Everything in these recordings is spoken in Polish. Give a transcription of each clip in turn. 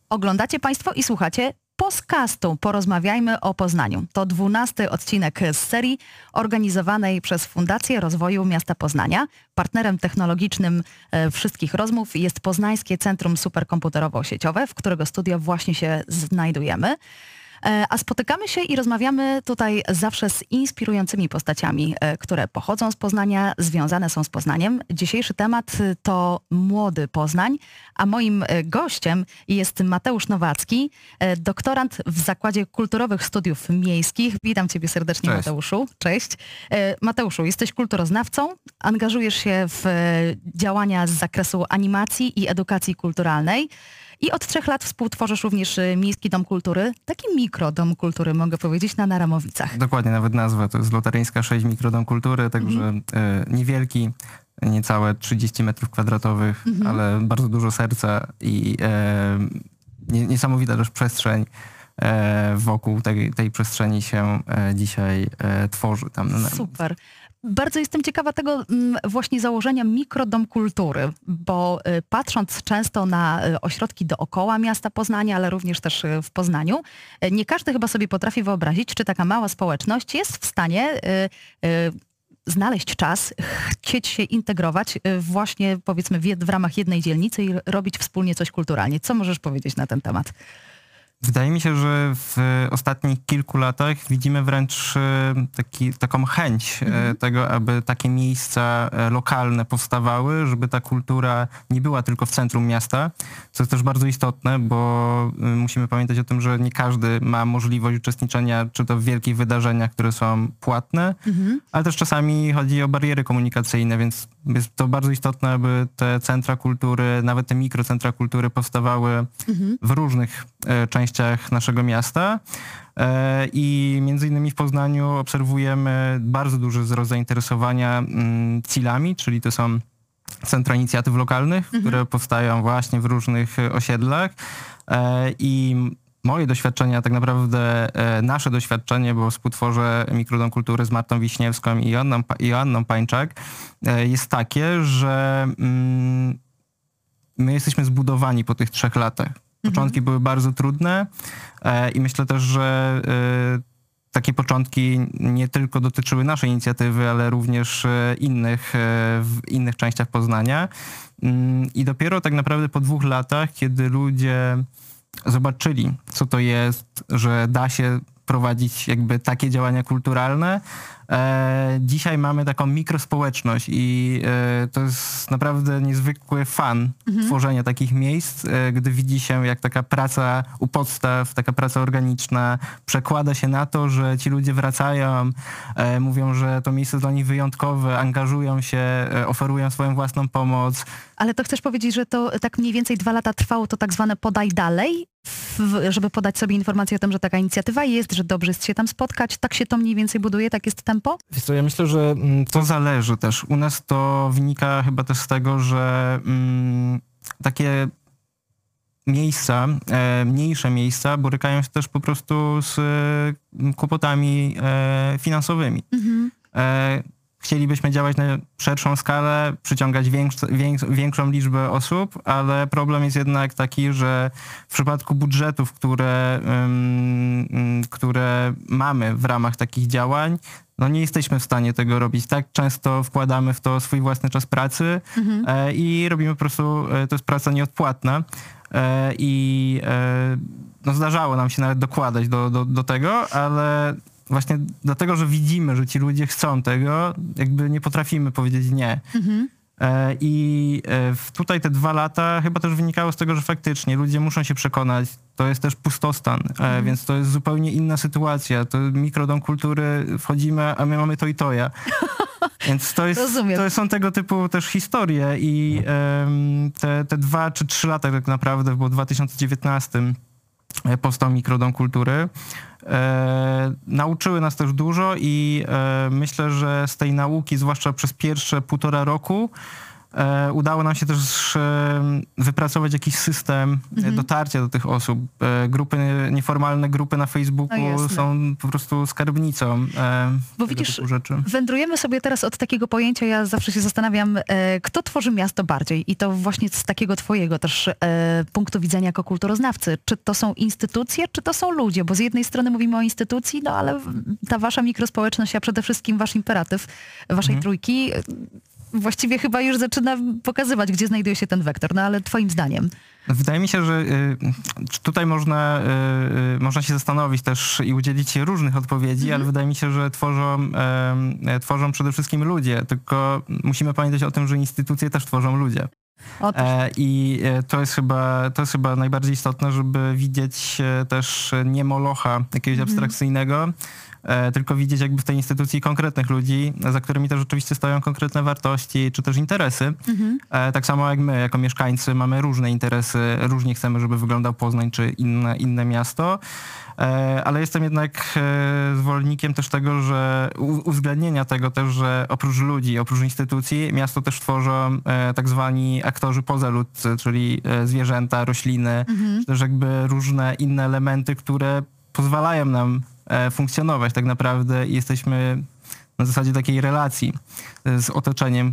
Oglądacie Państwo i słuchacie podcastu Porozmawiajmy o Poznaniu. To 12. odcinek z serii organizowanej przez Fundację Rozwoju Miasta Poznania. Partnerem technologicznym wszystkich rozmów jest Poznańskie Centrum Superkomputerowo-Sieciowe, w którego studio właśnie się znajdujemy. A spotykamy się i rozmawiamy tutaj zawsze z inspirującymi postaciami, które pochodzą z Poznania, związane są z Poznaniem. Dzisiejszy temat to młody Poznań, a moim gościem jest Mateusz Nowacki, doktorant w Zakładzie Kulturowych Studiów Miejskich. Witam Ciebie serdecznie, Cześć. Mateuszu. Cześć. Mateuszu, jesteś kulturoznawcą, angażujesz się w działania z zakresu animacji i edukacji kulturalnej. I od 3 lat współtworzysz również Miejski Dom Kultury, taki mikrodom kultury, mogę powiedzieć, na Naramowicach. Dokładnie, nawet nazwa to jest Lotaryńska 6 Mikrodom Kultury, także niewielki, niecałe 30 metrów kwadratowych, ale bardzo dużo serca i niesamowita też przestrzeń wokół tej przestrzeni się dzisiaj tworzy. Super. Bardzo jestem ciekawa tego właśnie założenia mikrodom kultury, bo patrząc często na ośrodki dookoła miasta Poznania, ale również też w Poznaniu, nie każdy chyba sobie potrafi wyobrazić, czy taka mała społeczność jest w stanie znaleźć czas, chcieć się integrować właśnie powiedzmy w ramach jednej dzielnicy i robić wspólnie coś kulturalnie. Co możesz powiedzieć na ten temat? Wydaje mi się, że w ostatnich kilku latach widzimy wręcz taką chęć tego, aby takie miejsca lokalne powstawały, żeby ta kultura nie była tylko w centrum miasta, co jest też bardzo istotne, bo musimy pamiętać o tym, że nie każdy ma możliwość uczestniczenia czy to w wielkich wydarzeniach, które są płatne, ale też czasami chodzi o bariery komunikacyjne, więc jest to bardzo istotne, aby te centra kultury, nawet te mikrocentra kultury powstawały w różnych częściach naszego miasta i między innymi w Poznaniu obserwujemy bardzo duży wzrost zainteresowania CIL-ami, czyli to są centra inicjatyw lokalnych, które powstają właśnie w różnych osiedlach i moje doświadczenia, tak naprawdę nasze doświadczenie, bo współtworzę Mikrodom Kultury z Martą Wiśniewską i Joanną Pańczak, jest takie, że my jesteśmy zbudowani po tych 3 latach. Początki były bardzo trudne i myślę też, że takie początki nie tylko dotyczyły naszej inicjatywy, ale również w innych częściach Poznania. I dopiero tak naprawdę po 2 latach, kiedy ludzie zobaczyli, co to jest, że da się prowadzić jakby takie działania kulturalne. Dzisiaj mamy taką mikrospołeczność i to jest naprawdę niezwykły fan tworzenia takich miejsc, gdy widzi się, jak taka praca u podstaw, taka praca organiczna przekłada się na to, że ci ludzie wracają, mówią, że to miejsce jest dla nich wyjątkowe, angażują się, oferują swoją własną pomoc. Ale to chcesz powiedzieć, że to tak mniej więcej 2 lata trwało to tak zwane podaj dalej, żeby podać sobie informację o tym, że taka inicjatywa jest, że dobrze jest się tam spotkać, tak się to mniej więcej buduje, tak jest tempo? Wiesz co, ja myślę, że to zależy też. U nas to wynika chyba też z tego, że takie miejsca, mniejsze miejsca borykają się też po prostu z kłopotami finansowymi. Chcielibyśmy działać na szerszą skalę, przyciągać większą liczbę osób, ale problem jest jednak taki, że w przypadku budżetów, które mamy w ramach takich działań, no nie jesteśmy w stanie tego robić. Tak często wkładamy w to swój własny czas pracy i robimy po prostu, to jest praca nieodpłatna i no zdarzało nam się nawet dokładać do tego, ale właśnie dlatego, że widzimy, że ci ludzie chcą tego, jakby nie potrafimy powiedzieć nie. I tutaj te 2 lata chyba też wynikało z tego, że faktycznie ludzie muszą się przekonać, to jest też pustostan, więc to jest zupełnie inna sytuacja. To mikrodom kultury, wchodzimy, a my mamy to i toja. Więc to są tego typu też historie i te 2 czy 3 lata tak naprawdę, bo w 2019 powstał Mikrodom Kultury. Nauczyły nas też dużo i myślę, że z tej nauki, zwłaszcza przez pierwsze 1,5 roku, Udało nam się też wypracować jakiś system dotarcia do tych osób. Nieformalne grupy na Facebooku są po prostu skarbnicą Bo tego widzisz, typu rzeczy. wędrujemy sobie teraz od takiego pojęcia, ja zawsze się zastanawiam, kto tworzy miasto bardziej i to właśnie z takiego twojego też punktu widzenia jako kulturoznawcy. Czy to są instytucje, czy to są ludzie? Bo z jednej strony mówimy o instytucji, no ale ta wasza mikrospołeczność, a przede wszystkim wasz imperatyw, waszej trójki, właściwie chyba już zaczyna pokazywać, gdzie znajduje się ten wektor, no ale twoim zdaniem. Wydaje mi się, że tutaj można się zastanowić też i udzielić się różnych odpowiedzi, ale wydaje mi się, że tworzą przede wszystkim ludzie, tylko musimy pamiętać o tym, że instytucje też tworzą ludzie. I to jest chyba najbardziej istotne, żeby widzieć też nie molocha jakiegoś abstrakcyjnego, tylko widzieć jakby w tej instytucji konkretnych ludzi, za którymi też oczywiście stoją konkretne wartości czy też interesy. Tak samo jak my, jako mieszkańcy, mamy różne interesy, różnie chcemy, żeby wyglądał Poznań czy inne miasto, ale jestem jednak zwolennikiem też tego, że uwzględnienia tego też, że oprócz ludzi, oprócz instytucji, miasto też tworzą tak zwani aktorzy pozaludzcy, czyli zwierzęta, rośliny, czy też jakby różne inne elementy, które pozwalają nam funkcjonować tak naprawdę i jesteśmy na zasadzie takiej relacji z otoczeniem,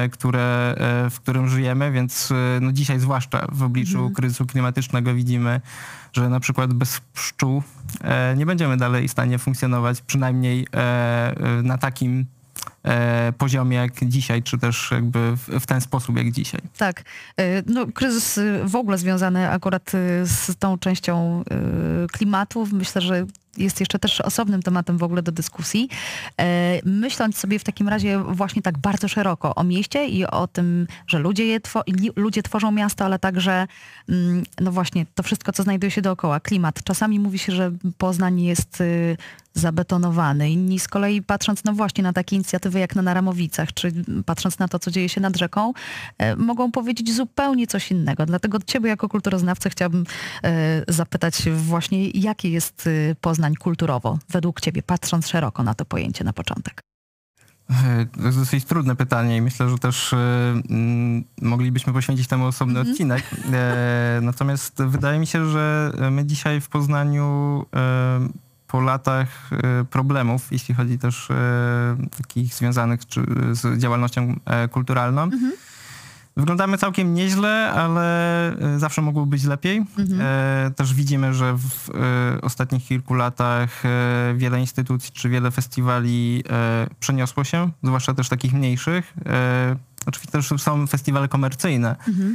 w którym żyjemy, więc no dzisiaj zwłaszcza w obliczu kryzysu klimatycznego widzimy, że na przykład bez pszczół nie będziemy dalej w stanie funkcjonować, przynajmniej na takim poziomie jak dzisiaj, czy też jakby w ten sposób jak dzisiaj. Tak. No, kryzys w ogóle związany akurat z tą częścią klimatu, myślę, że jest jeszcze też osobnym tematem w ogóle do dyskusji. Myśląc sobie w takim razie właśnie tak bardzo szeroko o mieście i o tym, że ludzie tworzą miasto, ale także no właśnie to wszystko, co znajduje się dookoła. Klimat. Czasami mówi się, że Poznań jest zabetonowany. Inni z kolei patrząc no właśnie na takie inicjatywy jak na Naramowicach, czy patrząc na to, co dzieje się nad rzeką, mogą powiedzieć zupełnie coś innego. Dlatego ciebie jako kulturoznawcę chciałabym zapytać właśnie, jaki jest Poznań kulturowo według ciebie, patrząc szeroko na to pojęcie na początek? To jest dosyć trudne pytanie i myślę, że też moglibyśmy poświęcić temu osobny odcinek. Natomiast wydaje mi się, że my dzisiaj w Poznaniu po latach problemów, jeśli chodzi też takich związanych z działalnością kulturalną, wyglądamy całkiem nieźle, ale zawsze mogło być lepiej. Też widzimy, że w ostatnich kilku latach wiele instytucji czy wiele festiwali przeniosło się, zwłaszcza też takich mniejszych. Oczywiście też są festiwale komercyjne,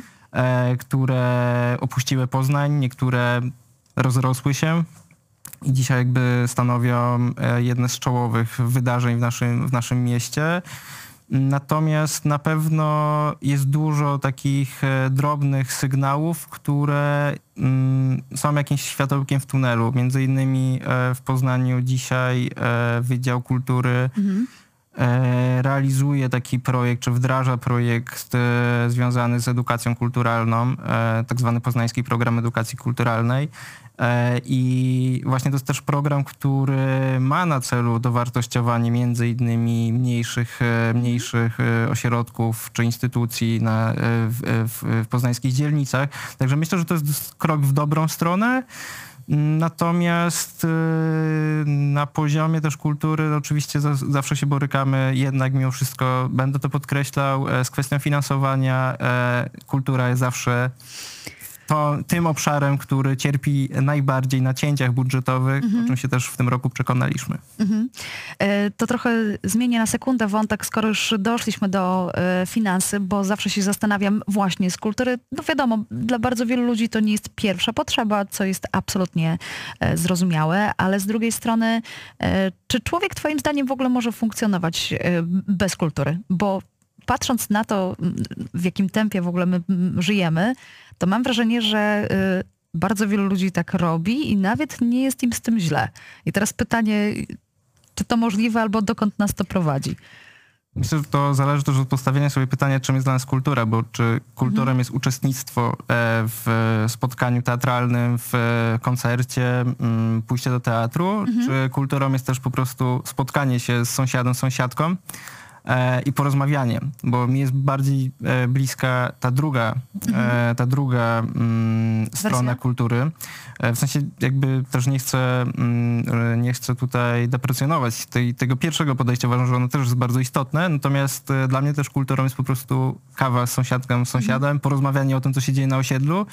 które opuściły Poznań, niektóre rozrosły się i dzisiaj jakby stanowią jedne z czołowych wydarzeń w naszym mieście. Natomiast na pewno jest dużo takich drobnych sygnałów, które są jakimś światełkiem w tunelu. Między innymi w Poznaniu dzisiaj Wydział Kultury realizuje taki projekt, czy wdraża projekt związany z edukacją kulturalną, tak zwany Poznański Program Edukacji Kulturalnej. I właśnie to jest też program, który ma na celu dowartościowanie między innymi mniejszych ośrodków czy instytucji w poznańskich dzielnicach. Także myślę, że to jest krok w dobrą stronę. Natomiast na poziomie też kultury oczywiście zawsze się borykamy, jednak mimo wszystko, będę to podkreślał, z kwestią finansowania. Kultura jest zawsze tym obszarem, który cierpi najbardziej na cięciach budżetowych, o czym się też w tym roku przekonaliśmy. To trochę zmienię na sekundę wątek, skoro już doszliśmy do finansy, bo zawsze się zastanawiam właśnie z kultury. No wiadomo, dla bardzo wielu ludzi to nie jest pierwsza potrzeba, co jest absolutnie zrozumiałe, ale z drugiej strony, czy człowiek twoim zdaniem w ogóle może funkcjonować bez kultury? Bo patrząc na to, w jakim tempie w ogóle my żyjemy, to mam wrażenie, że bardzo wielu ludzi tak robi i nawet nie jest im z tym źle. I teraz pytanie, czy to możliwe albo dokąd nas to prowadzi? Myślę, że to zależy też od postawienia sobie pytania, czym jest dla nas kultura, bo czy kulturą jest uczestnictwo w spotkaniu teatralnym, w koncercie, pójście do teatru, czy kulturą jest też po prostu spotkanie się z sąsiadem, sąsiadką, i porozmawianie, bo mi jest bardziej bliska ta druga strona kultury. W sensie jakby też nie chcę tutaj deprecjonować tego pierwszego podejścia. Uważam, że ono też jest bardzo istotne, natomiast dla mnie też kulturą jest po prostu kawa z sąsiadką, z sąsiadem, porozmawianie o tym, co się dzieje na osiedlu.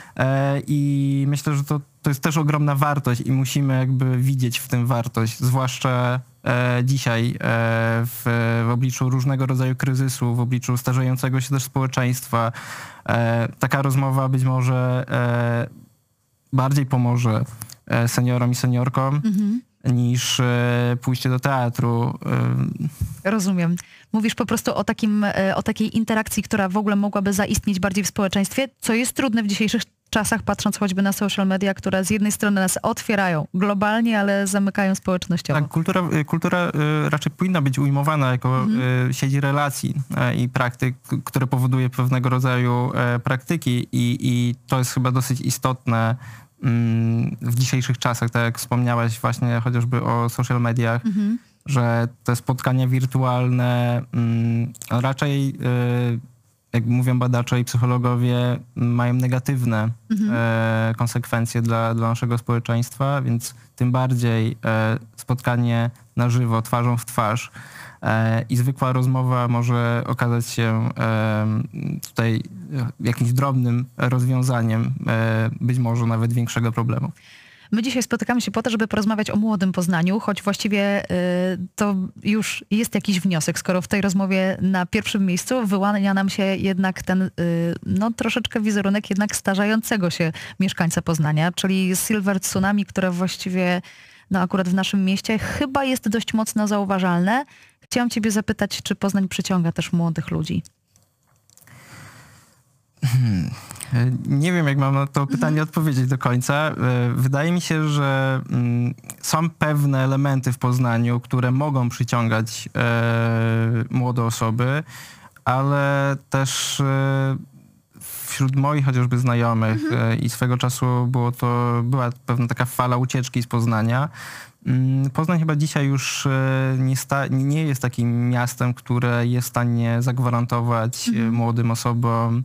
I myślę, że to jest też ogromna wartość i musimy jakby widzieć w tym wartość, zwłaszcza dzisiaj w obliczu różnego rodzaju kryzysu, w obliczu starzejącego się też społeczeństwa. Taka rozmowa być może bardziej pomoże seniorom i seniorkom niż pójście do teatru. Rozumiem. Mówisz po prostu o takiej interakcji, która w ogóle mogłaby zaistnieć bardziej w społeczeństwie, co jest trudne w dzisiejszych czasach, patrząc choćby na social media, które z jednej strony nas otwierają globalnie, ale zamykają społecznościowo. Tak, kultura raczej powinna być ujmowana jako sieć relacji i praktyk, które powoduje pewnego rodzaju praktyki i to jest chyba dosyć istotne w dzisiejszych czasach, tak jak wspomniałaś właśnie chociażby o social mediach, że te spotkania wirtualne raczej, jak mówią badacze i psychologowie, mają negatywne konsekwencje dla naszego społeczeństwa, więc tym bardziej spotkanie na żywo, twarzą w twarz i zwykła rozmowa może okazać się tutaj jakimś drobnym rozwiązaniem, być może nawet większego problemu. My dzisiaj spotykamy się po to, żeby porozmawiać o młodym Poznaniu, choć właściwie to już jest jakiś wniosek, skoro w tej rozmowie na pierwszym miejscu wyłania nam się jednak ten troszeczkę wizerunek jednak starzejącego się mieszkańca Poznania, czyli Silver Tsunami, które właściwie akurat w naszym mieście chyba jest dość mocno zauważalne. Chciałam ciebie zapytać, czy Poznań przyciąga też młodych ludzi? Nie wiem, jak mam na to pytanie odpowiedzieć do końca. Wydaje mi się, że są pewne elementy w Poznaniu, które mogą przyciągać młode osoby, ale też wśród moich chociażby znajomych i swego czasu była pewna taka fala ucieczki z Poznania. Poznań chyba dzisiaj już nie jest takim miastem, które jest w stanie zagwarantować młodym osobom,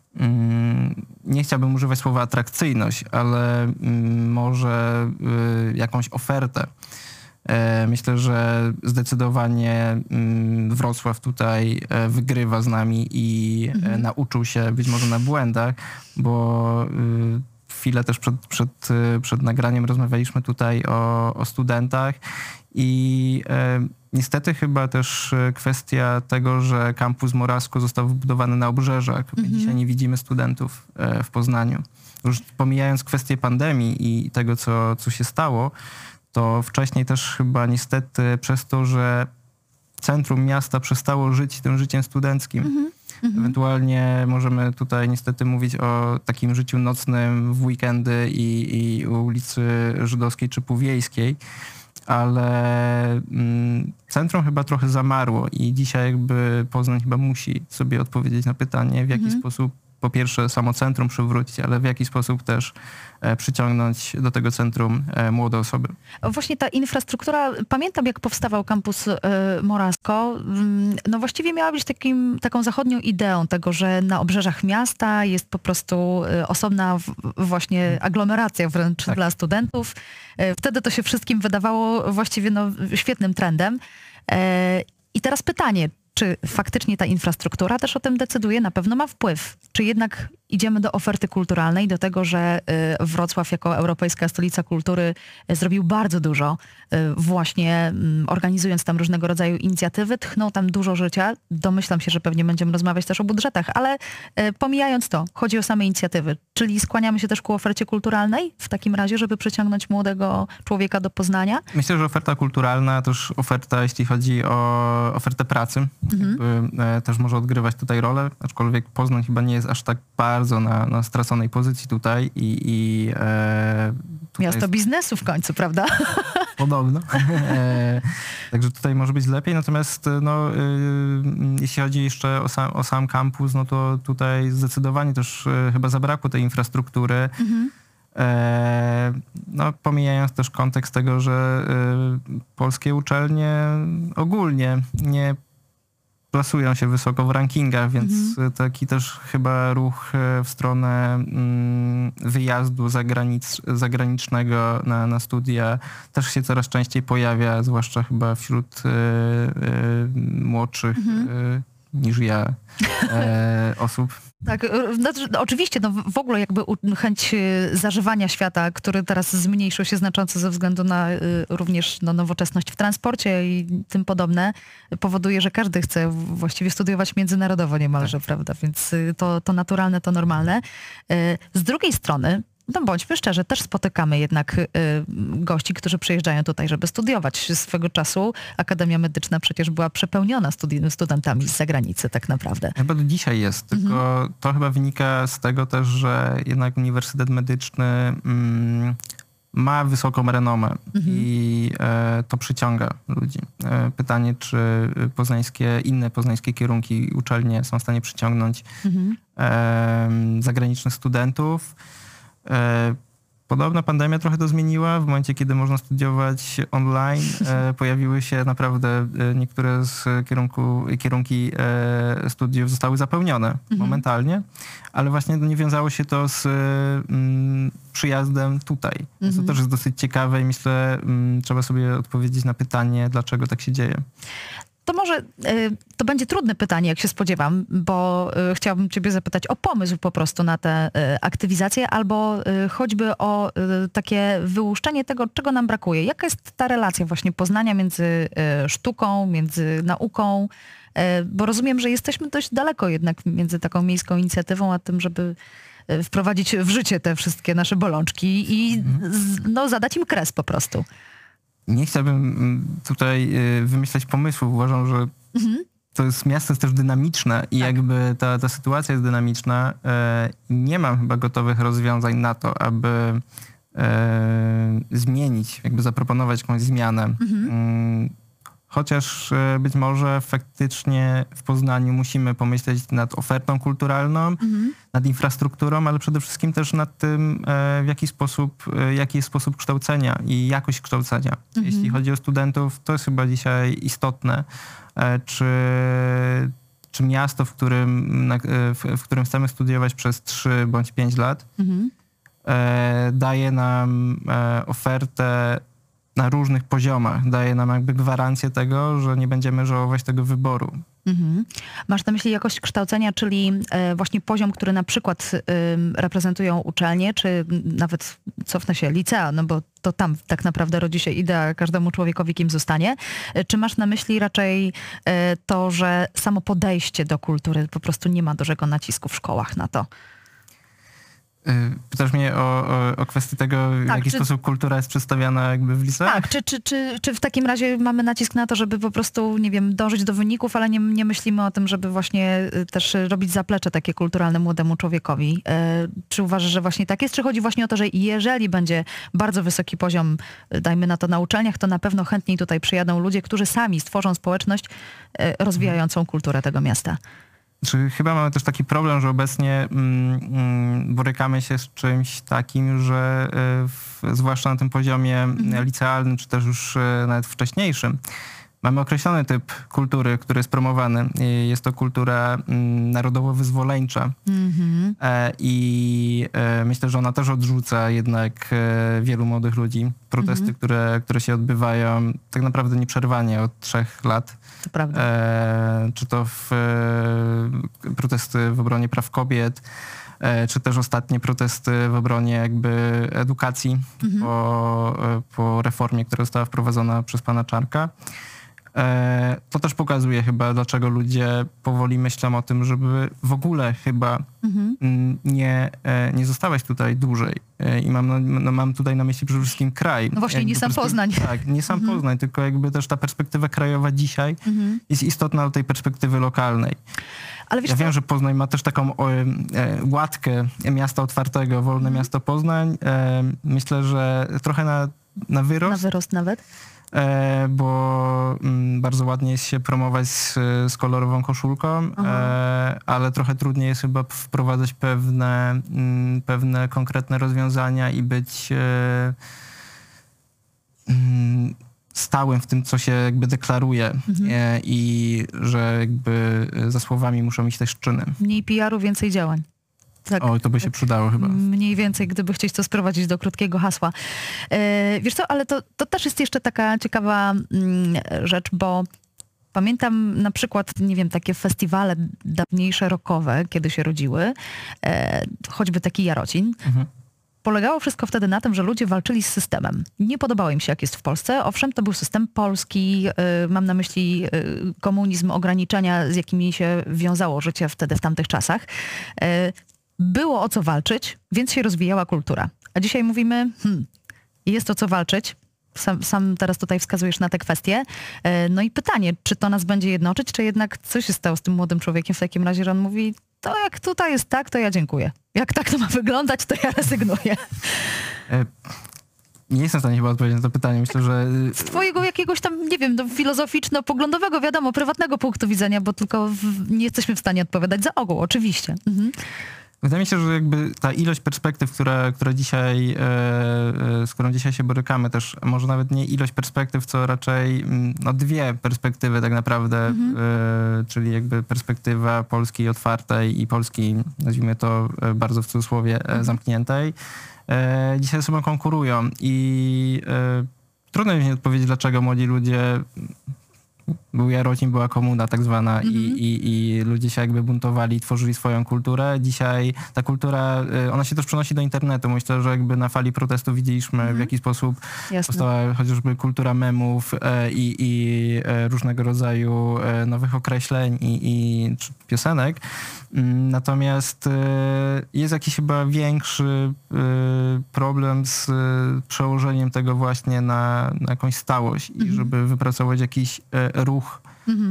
nie chciałbym używać słowa atrakcyjność, ale może jakąś ofertę. Myślę, że zdecydowanie Wrocław tutaj wygrywa z nami i nauczył się być może na błędach, bo chwilę też przed nagraniem rozmawialiśmy tutaj o studentach i niestety chyba też kwestia tego, że kampus Morasko został wybudowany na obrzeżach. My dzisiaj nie widzimy studentów w Poznaniu. Już pomijając kwestię pandemii i tego, co się stało, to wcześniej też chyba niestety przez to, że centrum miasta przestało żyć tym życiem studenckim. Ewentualnie możemy tutaj niestety mówić o takim życiu nocnym w weekendy i ulicy Żydowskiej czy Półwiejskiej, ale centrum chyba trochę zamarło i dzisiaj jakby Poznań chyba musi sobie odpowiedzieć na pytanie, w jaki sposób po pierwsze samo centrum przywrócić, ale w jaki sposób też przyciągnąć do tego centrum młode osoby. Właśnie ta infrastruktura, pamiętam jak powstawał kampus Morasko, no właściwie miała być taką zachodnią ideą tego, że na obrzeżach miasta jest po prostu osobna właśnie aglomeracja wręcz dla studentów. Wtedy to się wszystkim wydawało właściwie świetnym trendem. I teraz pytanie, czy faktycznie ta infrastruktura też o tym decyduje? Na pewno ma wpływ. Czy jednak idziemy do oferty kulturalnej, do tego, że Wrocław jako europejska stolica kultury zrobił bardzo dużo, właśnie organizując tam różnego rodzaju inicjatywy, tchnął tam dużo życia. Domyślam się, że pewnie będziemy rozmawiać też o budżetach, ale pomijając to, chodzi o same inicjatywy. Czyli skłaniamy się też ku ofercie kulturalnej w takim razie, żeby przyciągnąć młodego człowieka do Poznania? Myślę, że oferta kulturalna, też oferta, jeśli chodzi o ofertę pracy, też może odgrywać tutaj rolę, aczkolwiek Poznań chyba nie jest aż tak bardzo na straconej pozycji tutaj tutaj miasto biznesu w końcu, prawda? Podobno. Także tutaj może być lepiej, natomiast jeśli chodzi jeszcze o sam kampus, no to tutaj zdecydowanie też chyba zabrakło tej infrastruktury. Pomijając też kontekst tego, że polskie uczelnie ogólnie nie plasują się wysoko w rankingach, więc taki też chyba ruch w stronę wyjazdu zagranicznego na studia też się coraz częściej pojawia, zwłaszcza chyba wśród młodszych niż ja osób. Tak, oczywiście, w ogóle jakby chęć zażywania świata, który teraz zmniejszył się znacząco ze względu na również nowoczesność w transporcie i tym podobne, powoduje, że każdy chce właściwie studiować międzynarodowo niemalże, prawda? Więc to naturalne, to normalne. Z drugiej strony, no bądźmy szczerzy, też spotykamy jednak gości, którzy przyjeżdżają tutaj, żeby studiować. Swego czasu Akademia Medyczna przecież była przepełniona studentami z zagranicy tak naprawdę. Chyba do dzisiaj jest, tylko to chyba wynika z tego też, że jednak Uniwersytet Medyczny ma wysoką renomę i to przyciąga ludzi. Pytanie, czy inne poznańskie kierunki, uczelnie są w stanie przyciągnąć zagranicznych studentów. Podobno pandemia trochę to zmieniła. W momencie, kiedy można studiować online, pojawiły się naprawdę niektóre z kierunki studiów zostały zapełnione momentalnie, ale właśnie nie wiązało się to z przyjazdem tutaj. Więc to też jest dosyć ciekawe i myślę, trzeba sobie odpowiedzieć na pytanie, dlaczego tak się dzieje. To może to będzie trudne pytanie, jak się spodziewam, bo chciałabym ciebie zapytać o pomysł po prostu na tę aktywizację albo choćby o takie wyłuszczenie tego, czego nam brakuje. Jaka jest ta relacja właśnie Poznania między sztuką, między nauką? Bo rozumiem, że jesteśmy dość daleko jednak między taką miejską inicjatywą, a tym, żeby wprowadzić w życie te wszystkie nasze bolączki i zadać im kres po prostu. Nie chciałbym tutaj wymyślać pomysłów. Uważam, że to miasto jest też dynamiczne i jakby ta sytuacja jest dynamiczna. Nie mam chyba gotowych rozwiązań na to, aby zmienić, jakby zaproponować jakąś zmianę. Chociaż być może faktycznie w Poznaniu musimy pomyśleć nad ofertą kulturalną, nad infrastrukturą, ale przede wszystkim też nad tym, jaki jest sposób kształcenia i jakość kształcenia. Jeśli chodzi o studentów, to jest chyba dzisiaj istotne, czy miasto, w którym chcemy studiować przez 3 bądź 5 lat, daje nam ofertę na różnych poziomach, daje nam jakby gwarancję tego, że nie będziemy żałować tego wyboru. Masz na myśli jakość kształcenia, czyli właśnie poziom, który na przykład reprezentują uczelnie, czy nawet cofnę się, licea, no bo to tam tak naprawdę rodzi się idea każdemu człowiekowi, kim zostanie. Czy masz na myśli raczej to, że samo podejście do kultury po prostu nie ma dużego nacisku w szkołach na to? Pytasz mnie o kwestię tego, w jaki sposób kultura jest przedstawiana jakby w liceach? Tak, czy w takim razie mamy nacisk na to, żeby po prostu, nie wiem, dążyć do wyników, ale nie myślimy o tym, żeby właśnie też robić zaplecze takie kulturalne młodemu człowiekowi. Czy uważasz, że właśnie tak jest? Czy chodzi właśnie o to, że jeżeli będzie bardzo wysoki poziom, dajmy na to na uczelniach, to na pewno chętniej tutaj przyjadą ludzie, którzy sami stworzą społeczność rozwijającą kulturę tego miasta? Chyba mamy też taki problem, że obecnie borykamy się z czymś takim, że zwłaszcza na tym poziomie licealnym, czy też już nawet wcześniejszym, mamy określony typ kultury, który jest promowany. Jest to kultura narodowo-wyzwoleńcza. I myślę, że ona też odrzuca jednak wielu młodych ludzi. Protesty, które się odbywają tak naprawdę nieprzerwanie od 3 lat. To prawda. Czy to protesty w obronie praw kobiet, czy też ostatnie protesty w obronie jakby edukacji po reformie, która została wprowadzona przez pana Czarnka. To też pokazuje chyba, dlaczego ludzie powoli myślą o tym, żeby w ogóle chyba nie zostawać tutaj dłużej. I mam tutaj na myśli przede wszystkim kraj. No właśnie, nie sam Poznań. Tak, nie sam Poznań, tylko jakby też ta perspektywa krajowa dzisiaj jest istotna do tej perspektywy lokalnej. Ale wiesz, ja wiem, że Poznań ma też taką łatkę miasta otwartego, wolne miasto Poznań. Myślę, że trochę na wyrost. Na wyrost nawet? Bo bardzo ładnie jest się promować z kolorową koszulką, ale trochę trudniej jest chyba wprowadzać pewne konkretne rozwiązania i być stałym w tym, co się jakby deklaruje i że jakby za słowami muszą iść też czyny. Mniej PR-u, więcej działań. Tak, to by się przydało chyba. Mniej więcej, gdyby chcieć to sprowadzić do krótkiego hasła. Wiesz co, ale to też jest jeszcze taka ciekawa rzecz, bo pamiętam na przykład, nie wiem, takie festiwale dawniejsze rockowe, kiedy się rodziły, choćby taki Jarocin. Polegało wszystko wtedy na tym, że ludzie walczyli z systemem. Nie podobało im się, jak jest w Polsce. Owszem, to był system polski, mam na myśli komunizm, ograniczenia, z jakimi się wiązało życie wtedy w tamtych czasach. Było o co walczyć, więc się rozwijała kultura. A dzisiaj mówimy, jest o co walczyć. Sam teraz tutaj wskazujesz na te kwestie. No i pytanie, czy to nas będzie jednoczyć, czy jednak co się stało z tym młodym człowiekiem w takim razie, że on mówi, to jak tutaj jest tak, to ja dziękuję. Jak tak to ma wyglądać, to ja rezygnuję. Nie jestem w stanie chyba odpowiedzieć na to pytanie. Myślę, że... Z twojego jakiegoś tam, nie wiem, filozoficzno-poglądowego, wiadomo, prywatnego punktu widzenia, bo tylko nie jesteśmy w stanie odpowiadać za ogół, oczywiście. Wydaje mi się, że jakby ta ilość perspektyw, która dzisiaj, z którą dzisiaj się borykamy, też może nawet nie ilość perspektyw, co raczej dwie perspektywy tak naprawdę, czyli jakby perspektywa Polski otwartej i Polski, nazwijmy to bardzo w cudzysłowie, zamkniętej, dzisiaj ze sobą konkurują i trudno mi odpowiedzieć, dlaczego młodzi ludzie... Był Jarocin, była komuna tak zwana i ludzie się jakby buntowali, tworzyli swoją kulturę. Dzisiaj ta kultura, ona się też przenosi do internetu. Myślę, że jakby na fali protestu widzieliśmy w jaki sposób powstała chociażby kultura memów i różnego rodzaju nowych określeń i piosenek. Natomiast jest jakiś chyba większy problem z przełożeniem tego właśnie na jakąś stałość i żeby wypracować jakiś ruch,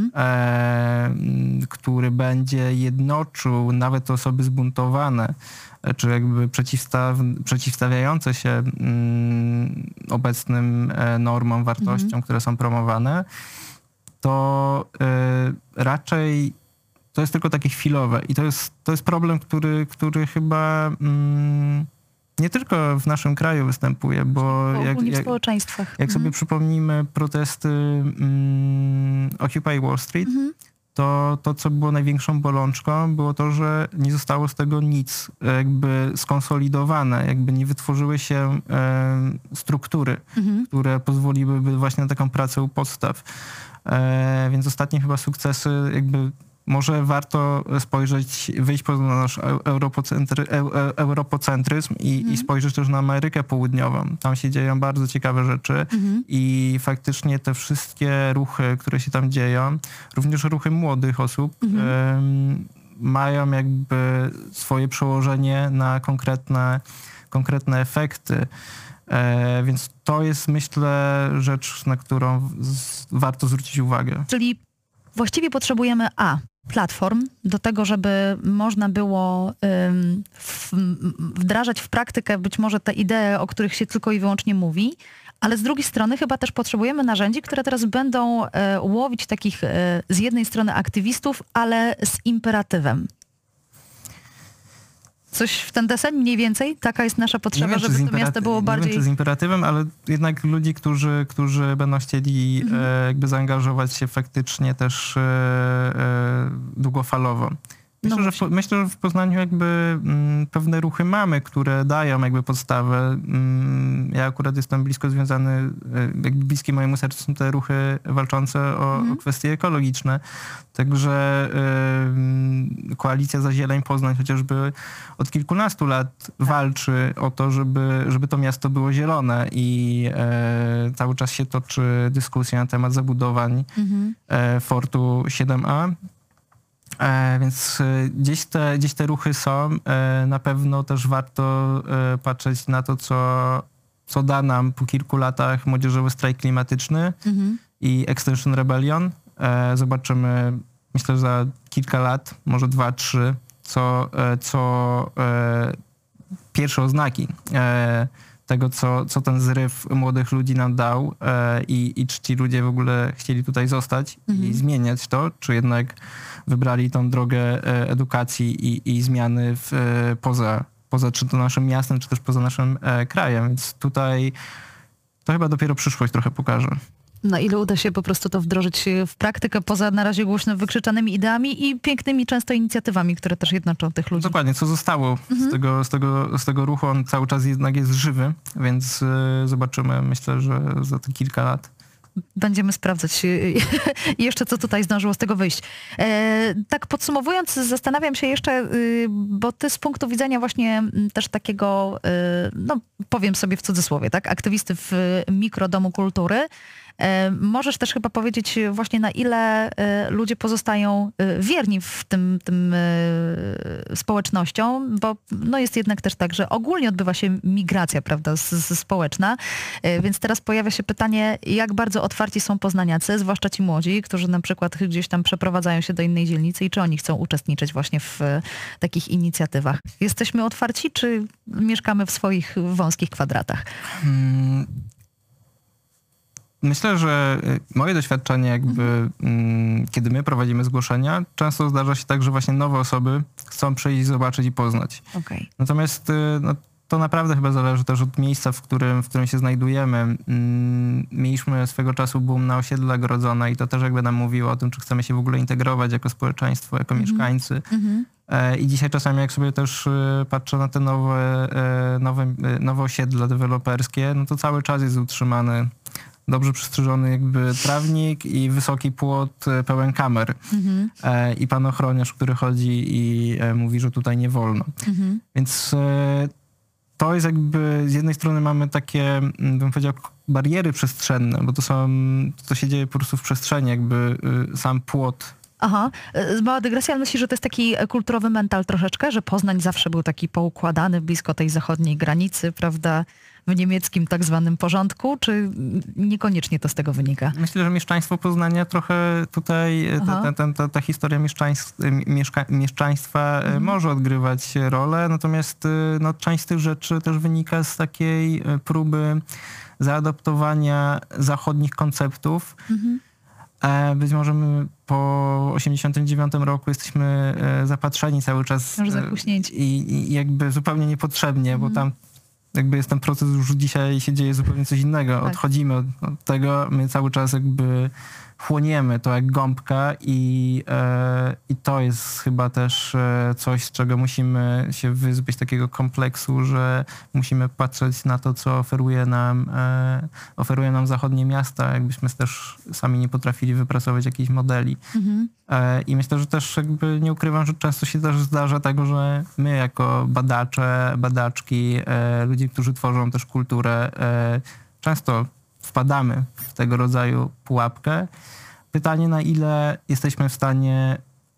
który będzie jednoczył nawet osoby zbuntowane, czy jakby przeciwstawiające się obecnym normom, wartościom, które są promowane, to raczej to jest tylko takie chwilowe. I to jest problem, który chyba nie tylko w naszym kraju występuje, bo w społeczeństwach. Jak sobie przypomnimy protesty Occupy Wall Street, to co było największą bolączką, było to, że nie zostało z tego nic jakby skonsolidowane, jakby nie wytworzyły się struktury, które pozwoliłyby właśnie na taką pracę u podstaw. Więc ostatnie chyba sukcesy jakby może warto spojrzeć, wyjść poza nasz europocentryzm i spojrzeć też na Amerykę Południową. Tam się dzieją bardzo ciekawe rzeczy i faktycznie te wszystkie ruchy, które się tam dzieją, również ruchy młodych osób, mają jakby swoje przełożenie na konkretne efekty. Więc to jest, myślę, rzecz, na którą warto zwrócić uwagę. Czyli właściwie potrzebujemy platform do tego, żeby można było wdrażać w praktykę być może te idee, o których się tylko i wyłącznie mówi, ale z drugiej strony chyba też potrzebujemy narzędzi, które teraz będą łowić takich z jednej strony aktywistów, ale z imperatywem. Coś w ten deseń mniej więcej? Taka jest nasza potrzeba, żeby to miasto było bardziej... Nie wiem, czy z imperatywem, ale jednak ludzi, którzy będą chcieli jakby zaangażować się faktycznie też długofalowo. Myślę, że w Poznaniu jakby pewne ruchy mamy, które dają jakby podstawę. Ja akurat jestem blisko związany, jakby bliskie mojemu sercu są te ruchy walczące o kwestie ekologiczne. Także Koalicja za Zieleń Poznań chociażby od kilkunastu lat walczy o to, żeby to miasto było zielone i cały czas się toczy dyskusja na temat zabudowań Fortu 7A. Więc gdzieś te ruchy są. Na pewno też warto patrzeć na to, co da nam po kilku latach młodzieżowy strajk klimatyczny i Extinction Rebellion. Zobaczymy, myślę, że za kilka lat, może 2-3, co pierwsze oznaki tego, co ten zryw młodych ludzi nam dał i czy ci ludzie w ogóle chcieli tutaj zostać i zmieniać to, czy jednak wybrali tą drogę edukacji i zmiany poza czy to naszym miastem, czy też poza naszym krajem. Więc tutaj to chyba dopiero przyszłość trochę pokaże. Na ile uda się po prostu to wdrożyć w praktykę, poza na razie głośno wykrzyczanymi ideami i pięknymi często inicjatywami, które też jednoczą tych ludzi. Dokładnie, co zostało z tego ruchu, on cały czas jednak jest żywy, więc zobaczymy, myślę, że za te kilka lat. Będziemy sprawdzać jeszcze, co tutaj zdążyło z tego wyjść. Tak podsumowując, zastanawiam się jeszcze, bo ty z punktu widzenia właśnie też takiego, no powiem sobie w cudzysłowie, tak, aktywisty w mikrodomu kultury, możesz też chyba powiedzieć właśnie, na ile ludzie pozostają wierni w tym społecznościom, bo no jest jednak też tak, że ogólnie odbywa się migracja, prawda, społeczna, więc teraz pojawia się pytanie, jak bardzo otwarci są poznaniacy, zwłaszcza ci młodzi, którzy na przykład gdzieś tam przeprowadzają się do innej dzielnicy i czy oni chcą uczestniczyć właśnie w takich inicjatywach. Jesteśmy otwarci, czy mieszkamy w swoich wąskich kwadratach? Myślę, że moje doświadczenie jakby, kiedy my prowadzimy zgłoszenia, często zdarza się tak, że właśnie nowe osoby chcą przyjść, zobaczyć i poznać. Okay. Natomiast no, to naprawdę chyba zależy też od miejsca, w którym się znajdujemy. Mieliśmy swego czasu boom na osiedle Grodzone i to też jakby nam mówiło o tym, czy chcemy się w ogóle integrować jako społeczeństwo, jako mieszkańcy. I dzisiaj czasami jak sobie też patrzę na te nowe osiedla deweloperskie, no to cały czas jest utrzymany dobrze przystrzyżony jakby trawnik i wysoki płot pełen kamer. I pan ochroniarz, który chodzi i mówi, że tutaj nie wolno. Więc to jest jakby, z jednej strony mamy takie, bym powiedział, bariery przestrzenne, bo to się dzieje po prostu w przestrzeni, jakby sam płot. Aha, mała dygresja, ale myślisz, że to jest taki kulturowy mental troszeczkę, że Poznań zawsze był taki poukładany blisko tej zachodniej granicy, prawda, w niemieckim tak zwanym porządku, czy niekoniecznie to z tego wynika? Myślę, że mieszczaństwo Poznania trochę tutaj, ta historia mieszczaństwa może odgrywać rolę, natomiast no, część z tych rzeczy też wynika z takiej próby zaadaptowania zachodnich konceptów. Być może my po 89 roku jesteśmy zapatrzeni cały czas i jakby zupełnie niepotrzebnie, bo tam jakby jest ten proces, już dzisiaj się dzieje zupełnie coś innego. Tak. Odchodzimy od tego, my cały czas jakby chłoniemy to jak gąbka i to jest chyba też coś, z czego musimy się wyzbyć, takiego kompleksu, że musimy patrzeć na to, co oferuje nam zachodnie miasta, jakbyśmy też sami nie potrafili wypracować jakichś modeli. I myślę, że też jakby nie ukrywam, że często się też zdarza tego, że my jako badacze, badaczki, ludzie, którzy tworzą też kulturę, często wpadamy w tego rodzaju pułapkę. Pytanie, na ile jesteśmy w stanie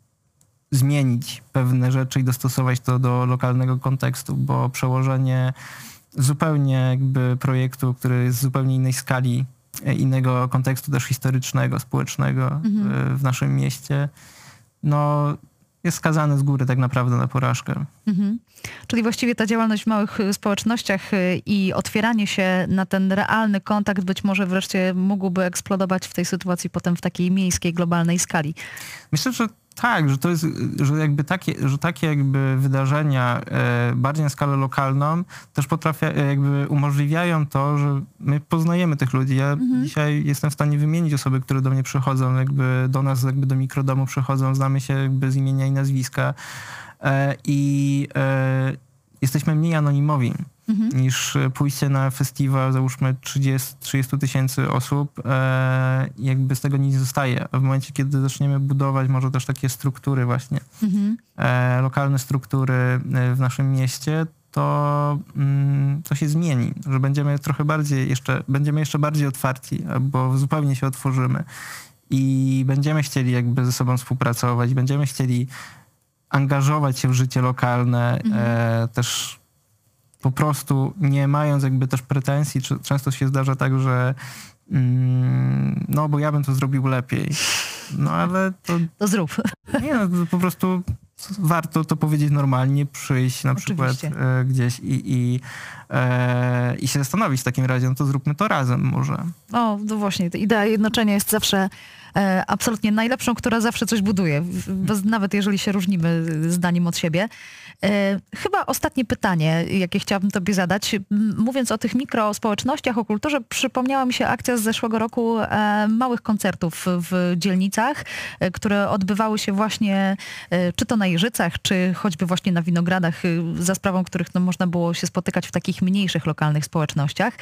zmienić pewne rzeczy i dostosować to do lokalnego kontekstu, bo przełożenie zupełnie jakby projektu, który jest z zupełnie innej skali, innego kontekstu też historycznego, społecznego w naszym mieście, no jest skazany z góry tak naprawdę na porażkę. Czyli właściwie ta działalność w małych społecznościach i otwieranie się na ten realny kontakt być może wreszcie mógłby eksplodować w tej sytuacji potem w takiej miejskiej, globalnej skali. Myślę, że tak, że to jest, że jakby takie jakby wydarzenia bardziej na skalę lokalną też jakby umożliwiają to, że my poznajemy tych ludzi. Ja dzisiaj jestem w stanie wymienić osoby, które do mnie przychodzą, jakby do nas, jakby do mikrodomu przychodzą, znamy się jakby z imienia i nazwiska i jesteśmy mniej anonimowi niż pójście na festiwal, załóżmy 30 tysięcy osób, jakby z tego nic nie zostaje. A w momencie, kiedy zaczniemy budować może też takie struktury właśnie, lokalne struktury w naszym mieście, to się zmieni, że będziemy trochę bardziej będziemy jeszcze bardziej otwarci, bo zupełnie się otworzymy i będziemy chcieli jakby ze sobą współpracować, będziemy chcieli angażować się w życie lokalne, też po prostu nie mając jakby też pretensji. Często się zdarza tak, że no bo ja bym to zrobił lepiej. No ale to zrób. Nie, no to po prostu warto to powiedzieć normalnie, przyjść na przykład gdzieś i się zastanowić w takim razie, no to zróbmy to razem może. O, no właśnie, idea jednoczenia jest zawsze Absolutnie najlepszą, która zawsze coś buduje, nawet jeżeli się różnimy zdaniem od siebie. Chyba ostatnie pytanie, jakie chciałabym tobie zadać. Mówiąc o tych mikrospołecznościach, o kulturze, przypomniała mi się akcja z zeszłego roku małych koncertów w dzielnicach, które odbywały się właśnie czy to na Jeżycach, czy choćby właśnie na Winogradach, za sprawą których można było się spotykać w takich mniejszych, lokalnych społecznościach.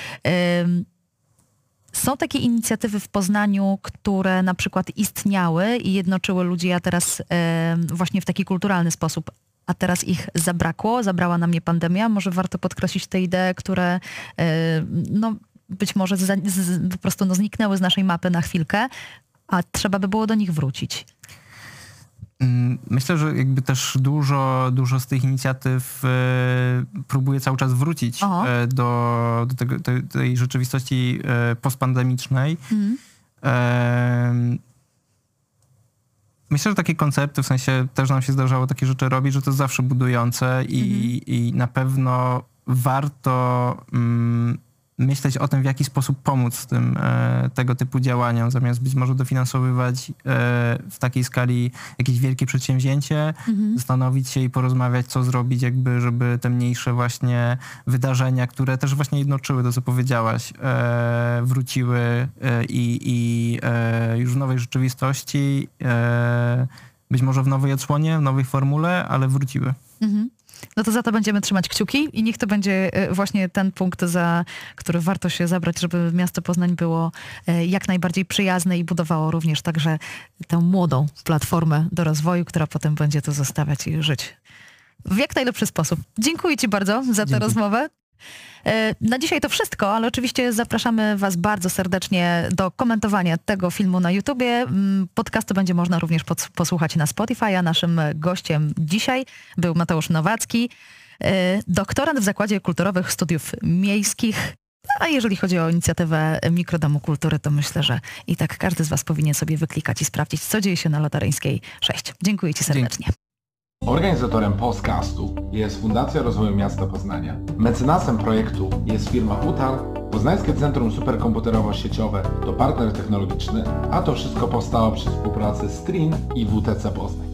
Są takie inicjatywy w Poznaniu, które na przykład istniały i jednoczyły ludzi, a teraz właśnie w taki kulturalny sposób, a teraz ich zabrakło, zabrała na mnie pandemia. Może warto podkreślić te idee, które być może po prostu zniknęły z naszej mapy na chwilkę, a trzeba by było do nich wrócić. Myślę, że jakby też dużo z tych inicjatyw próbuje cały czas wrócić do tej rzeczywistości postpandemicznej. Myślę, że takie koncepty, w sensie też nam się zdarzało takie rzeczy robić, że to jest zawsze budujące i na pewno warto myśleć o tym, w jaki sposób pomóc tym tego typu działaniom, zamiast być może dofinansowywać w takiej skali jakieś wielkie przedsięwzięcie, zastanowić się i porozmawiać, co zrobić, jakby, żeby te mniejsze właśnie wydarzenia, które też właśnie jednoczyły, to co powiedziałaś, wróciły i już w nowej rzeczywistości, być może w nowej odsłonie, w nowej formule, ale wróciły. No to za to będziemy trzymać kciuki i niech to będzie właśnie ten punkt, za który warto się zabrać, żeby miasto Poznań było jak najbardziej przyjazne i budowało również także tę młodą platformę do rozwoju, która potem będzie to zostawiać i żyć w jak najlepszy sposób. Dziękuję ci bardzo za tę rozmowę. Na dzisiaj to wszystko, ale oczywiście zapraszamy was bardzo serdecznie do komentowania tego filmu na YouTubie. Podcastu będzie można również posłuchać na Spotify, a naszym gościem dzisiaj był Mateusz Nowacki, doktorant w Zakładzie Kulturowych Studiów Miejskich. A jeżeli chodzi o inicjatywę Mikrodomu Kultury, to myślę, że i tak każdy z was powinien sobie wyklikać i sprawdzić, co dzieje się na Lotaryńskiej 6. Dziękuję ci serdecznie. Organizatorem podcastu jest Fundacja Rozwoju Miasta Poznania. Mecenasem projektu jest firma UTAN, Poznańskie Centrum Superkomputerowo-Sieciowe to partner technologiczny, a to wszystko powstało przy współpracy z TRIN i WTC Poznań.